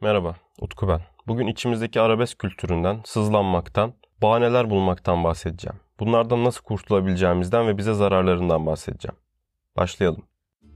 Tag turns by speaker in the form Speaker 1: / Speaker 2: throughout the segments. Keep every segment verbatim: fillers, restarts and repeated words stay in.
Speaker 1: Merhaba, Utku ben. Bugün içimizdeki arabesk kültüründen, sızlanmaktan, bahaneler bulmaktan bahsedeceğim. Bunlardan nasıl kurtulabileceğimizden ve bize zararlarından bahsedeceğim. Başlayalım.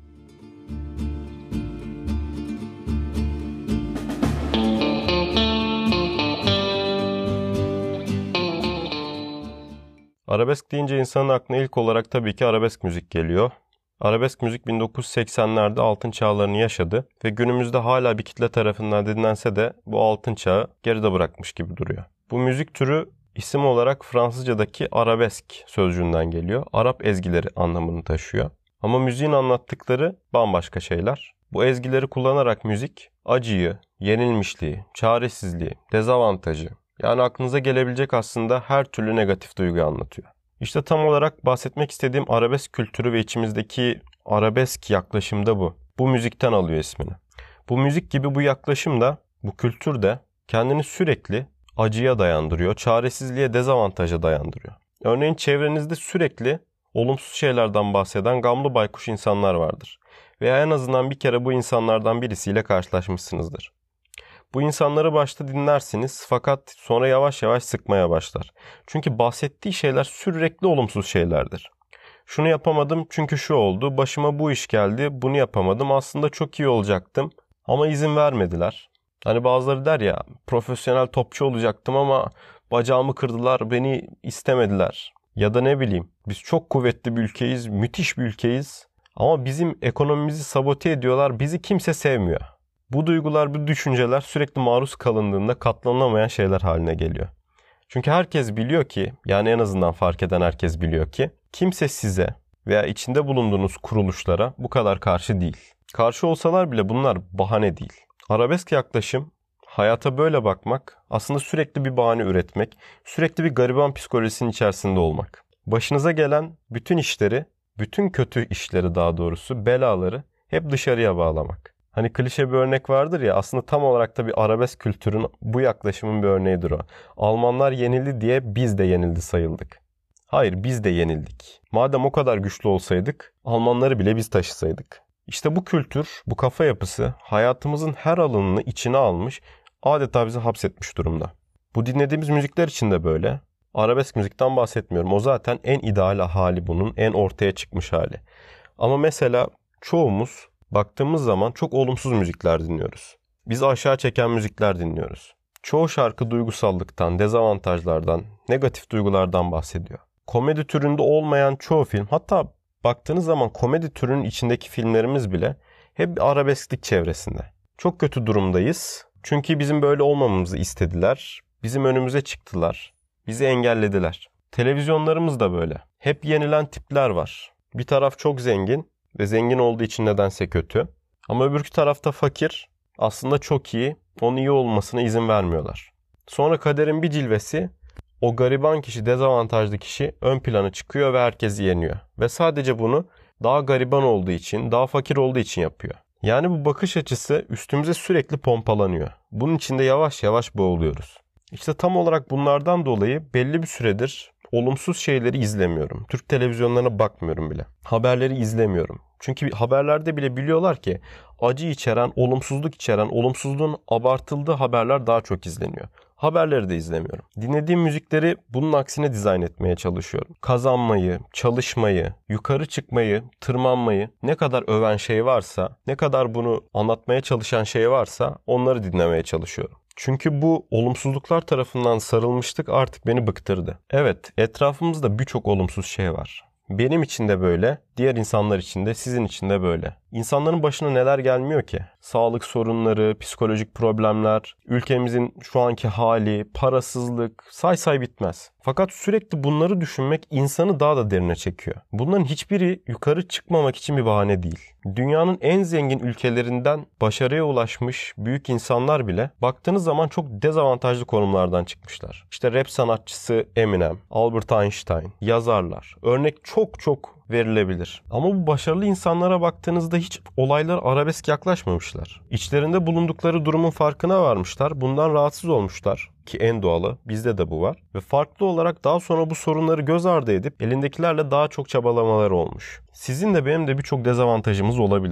Speaker 1: Arabesk deyince insanın aklına ilk olarak tabii ki arabesk müzik geliyor. Arabesk müzik bin dokuz yüz seksenlerde altın çağlarını yaşadı ve günümüzde hala bir kitle tarafından dinlense de bu altın çağı geride bırakmış gibi duruyor. Bu müzik türü isim olarak Fransızcadaki arabesk sözcüğünden geliyor. Arap ezgileri anlamını taşıyor. Ama müziğin anlattıkları bambaşka şeyler. Bu ezgileri kullanarak müzik acıyı, yenilmişliği, çaresizliği, dezavantajı, yani aklınıza gelebilecek aslında her türlü negatif duyguyu anlatıyor. İşte tam olarak bahsetmek istediğim arabesk kültürü ve içimizdeki arabesk yaklaşım da bu. Bu müzikten alıyor ismini. Bu müzik gibi bu yaklaşım da, bu kültür de kendini sürekli acıya dayandırıyor, çaresizliğe, dezavantaja dayandırıyor. Örneğin çevrenizde sürekli olumsuz şeylerden bahseden gamlı baykuş insanlar vardır. Veya en azından bir kere bu insanlardan birisiyle karşılaşmışsınızdır. Bu insanları başta dinlersiniz fakat sonra yavaş yavaş sıkmaya başlar. Çünkü bahsettiği şeyler sürekli olumsuz şeylerdir. Şunu yapamadım çünkü şu oldu, başıma bu iş geldi, bunu yapamadım, aslında çok iyi olacaktım ama izin vermediler. Hani bazıları der ya, profesyonel topçu olacaktım ama bacağımı kırdılar, beni istemediler. Ya da ne bileyim, biz çok kuvvetli bir ülkeyiz, müthiş bir ülkeyiz ama bizim ekonomimizi sabote ediyorlar, bizi kimse sevmiyor. Bu duygular, bu düşünceler sürekli maruz kalındığında katlanılamayan şeyler haline geliyor. Çünkü herkes biliyor ki, yani en azından fark eden herkes biliyor ki, kimse size veya içinde bulunduğunuz kuruluşlara bu kadar karşı değil. Karşı olsalar bile bunlar bahane değil. Arabesk yaklaşım, hayata böyle bakmak, aslında sürekli bir bahane üretmek, sürekli bir gariban psikolojisinin içerisinde olmak. Başınıza gelen bütün işleri, bütün kötü işleri daha doğrusu, belaları hep dışarıya bağlamak. Hani klişe bir örnek vardır ya, aslında tam olarak da bir arabesk kültürün bu yaklaşımın bir örneğidir o. Almanlar yenildi diye biz de yenildi sayıldık. Hayır, biz de yenildik. Madem o kadar güçlü olsaydık, Almanları bile biz taşısaydık. İşte bu kültür, bu kafa yapısı hayatımızın her alanını içine almış, adeta bizi hapsetmiş durumda. Bu dinlediğimiz müzikler için de böyle. Arabesk müzikten bahsetmiyorum. O zaten en ideal hali bunun, en ortaya çıkmış hali. Ama mesela çoğumuz baktığımız zaman çok olumsuz müzikler dinliyoruz. Bizi aşağı çeken müzikler dinliyoruz. Çoğu şarkı duygusallıktan, dezavantajlardan, negatif duygulardan bahsediyor. Komedi türünde olmayan çoğu film, hatta baktığınız zaman komedi türünün içindeki filmlerimiz bile hep bir arabesklik çevresinde. Çok kötü durumdayız. Çünkü bizim böyle olmamamızı istediler. Bizim önümüze çıktılar. Bizi engellediler. Televizyonlarımız da böyle. Hep yenilen tipler var. Bir taraf çok zengin ve zengin olduğu için nedense kötü. Ama öbürkü tarafta fakir, aslında çok iyi, onun iyi olmasına izin vermiyorlar. Sonra kaderin bir cilvesi, o gariban kişi, dezavantajlı kişi ön plana çıkıyor ve herkesi yeniyor. Ve sadece bunu daha gariban olduğu için, daha fakir olduğu için yapıyor. Yani bu bakış açısı üstümüze sürekli pompalanıyor. Bunun içinde yavaş yavaş boğuluyoruz. İşte tam olarak bunlardan dolayı belli bir süredir olumsuz şeyleri izlemiyorum. Türk televizyonlarına bakmıyorum bile. Haberleri izlemiyorum. Çünkü haberlerde bile biliyorlar ki acı içeren, olumsuzluk içeren, olumsuzluğun abartıldığı haberler daha çok izleniyor. Haberleri de izlemiyorum. Dinlediğim müzikleri bunun aksine dizayn etmeye çalışıyorum. Kazanmayı, çalışmayı, yukarı çıkmayı, tırmanmayı, ne kadar öven şey varsa, ne kadar bunu anlatmaya çalışan şey varsa onları dinlemeye çalışıyorum. Çünkü bu olumsuzluklar tarafından sarılmıştık artık beni bıktırdı. Evet, etrafımızda birçok olumsuz şey var. Benim için de böyle, diğer insanlar için de, sizin için de böyle. İnsanların başına neler gelmiyor ki? Sağlık sorunları, psikolojik problemler, ülkemizin şu anki hali, parasızlık, say say bitmez. Fakat sürekli bunları düşünmek insanı daha da derine çekiyor. Bunların hiçbiri yukarı çıkmamak için bir bahane değil. Dünyanın en zengin ülkelerinden başarıya ulaşmış büyük insanlar bile baktığınız zaman çok dezavantajlı konumlardan çıkmışlar. İşte rap sanatçısı Eminem, Albert Einstein, yazarlar. Örnek çok çok verilebilir. Ama bu başarılı insanlara baktığınızda hiç olaylar arabesk yaklaşmamışlar. İçlerinde bulundukları durumun farkına varmışlar. Bundan rahatsız olmuşlar. Ki en doğalı, bizde de bu var. Ve farklı olarak daha sonra bu sorunları göz ardı edip elindekilerle daha çok çabalamaları olmuş. Sizin de benim de birçok dezavantajımız olabilir.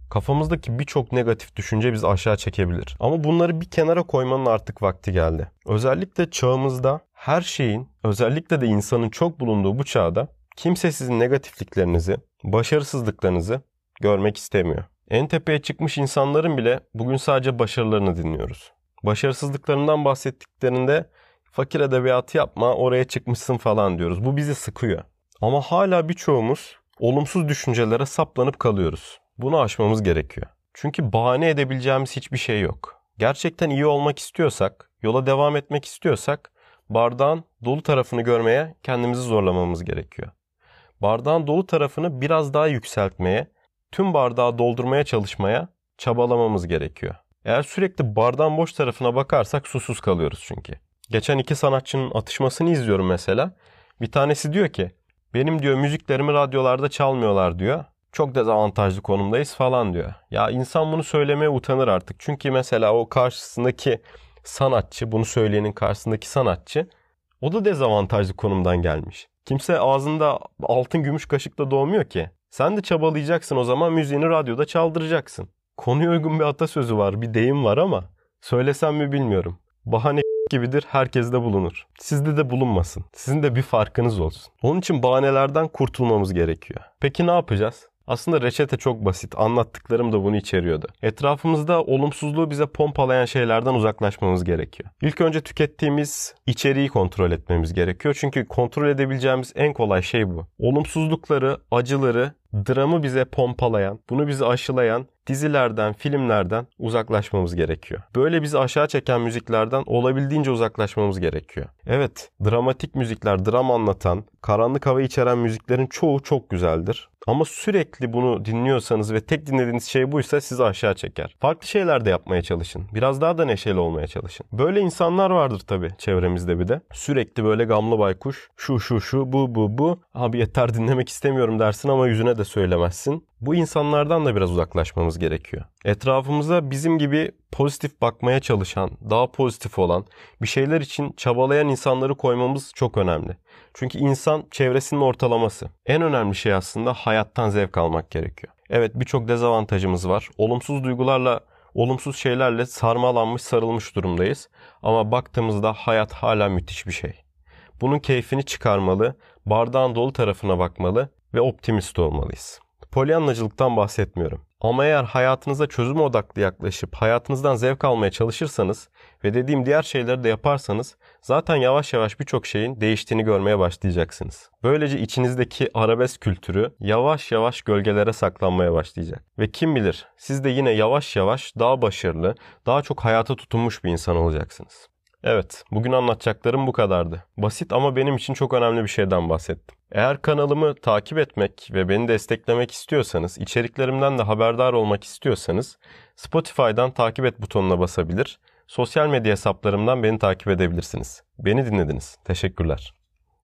Speaker 1: Kafamızdaki birçok negatif düşünce bizi aşağı çekebilir. Ama bunları bir kenara koymanın artık vakti geldi. Özellikle çağımızda her şeyin, özellikle de insanın çok bulunduğu bu çağda kimse sizin negatifliklerinizi, başarısızlıklarınızı görmek istemiyor. En tepeye çıkmış insanların bile bugün sadece başarılarını dinliyoruz. Başarısızlıklarından bahsettiklerinde fakir edebiyatı yapma, oraya çıkmışsın falan diyoruz. Bu bizi sıkıyor. Ama hala birçoğumuz olumsuz düşüncelere saplanıp kalıyoruz. Bunu aşmamız gerekiyor. Çünkü bahane edebileceğimiz hiçbir şey yok. Gerçekten iyi olmak istiyorsak, yola devam etmek istiyorsak bardağın dolu tarafını görmeye kendimizi zorlamamız gerekiyor. Bardağın dolu tarafını biraz daha yükseltmeye, tüm bardağı doldurmaya çalışmaya çabalamamız gerekiyor. Eğer sürekli bardağın boş tarafına bakarsak susuz kalıyoruz çünkü. Geçen iki sanatçının atışmasını izliyorum mesela. Bir tanesi diyor ki, benim diyor müziklerimi radyolarda çalmıyorlar diyor. Çok dezavantajlı konumdayız falan diyor. Ya insan bunu söylemeye utanır artık. Çünkü mesela o karşısındaki sanatçı, bunu söyleyenin karşısındaki sanatçı, o da dezavantajlı konumdan gelmiş. Kimse ağzında altın gümüş kaşıkla doğmuyor ki. Sen de çabalayacaksın, o zaman müziğini radyoda çaldıracaksın. Konuya uygun bir atasözü var, bir deyim var ama söylesem mi bilmiyorum. Bahane gibidir, herkeste bulunur. Sizde de bulunmasın. Sizin de bir farkınız olsun. Onun için bahanelerden kurtulmamız gerekiyor. Peki ne yapacağız? Aslında reçete çok basit. Anlattıklarım da bunu içeriyordu. Etrafımızda olumsuzluğu bize pompalayan şeylerden uzaklaşmamız gerekiyor. İlk önce tükettiğimiz içeriği kontrol etmemiz gerekiyor. Çünkü kontrol edebileceğimiz en kolay şey bu. Olumsuzlukları, acıları, dramı bize pompalayan, bunu bizi aşılayan dizilerden, filmlerden uzaklaşmamız gerekiyor. Böyle bizi aşağı çeken müziklerden olabildiğince uzaklaşmamız gerekiyor. Evet, dramatik müzikler, dram anlatan, karanlık hava içeren müziklerin çoğu çok güzeldir. Ama sürekli bunu dinliyorsanız ve tek dinlediğiniz şey buysa sizi aşağı çeker. Farklı şeyler de yapmaya çalışın. Biraz daha da neşeli olmaya çalışın. Böyle insanlar vardır tabii çevremizde bir de. Sürekli böyle gamlı baykuş, şu şu şu, bu bu bu. Abi yeter dinlemek istemiyorum dersin ama yüzüne de söylemezsin. Bu insanlardan da biraz uzaklaşmamız gerekiyor. Etrafımıza bizim gibi pozitif bakmaya çalışan, daha pozitif olan, bir şeyler için çabalayan insanları koymamız çok önemli. Çünkü insan çevresinin ortalaması. En önemli şey aslında hayattan zevk almak gerekiyor. Evet, birçok dezavantajımız var. Olumsuz duygularla, olumsuz şeylerle sarmalanmış, sarılmış durumdayız. Ama baktığımızda hayat hala müthiş bir şey. Bunun keyfini çıkarmalı, bardağın dolu tarafına bakmalı ve optimist olmalıyız. Polyanlacılıktan bahsetmiyorum. Ama eğer hayatınıza çözüm odaklı yaklaşıp hayatınızdan zevk almaya çalışırsanız ve dediğim diğer şeyleri de yaparsanız zaten yavaş yavaş birçok şeyin değiştiğini görmeye başlayacaksınız. Böylece içinizdeki arabesk kültürü yavaş yavaş gölgelere saklanmaya başlayacak. Ve kim bilir siz de yine yavaş yavaş daha başarılı, daha çok hayata tutunmuş bir insan olacaksınız. Evet, bugün anlatacaklarım bu kadardı. Basit ama benim için çok önemli bir şeyden bahsettim. Eğer kanalımı takip etmek ve beni desteklemek istiyorsanız, içeriklerimden de haberdar olmak istiyorsanız Spotify'dan takip et butonuna basabilir, sosyal medya hesaplarımdan beni takip edebilirsiniz. Beni dinlediniz. Teşekkürler.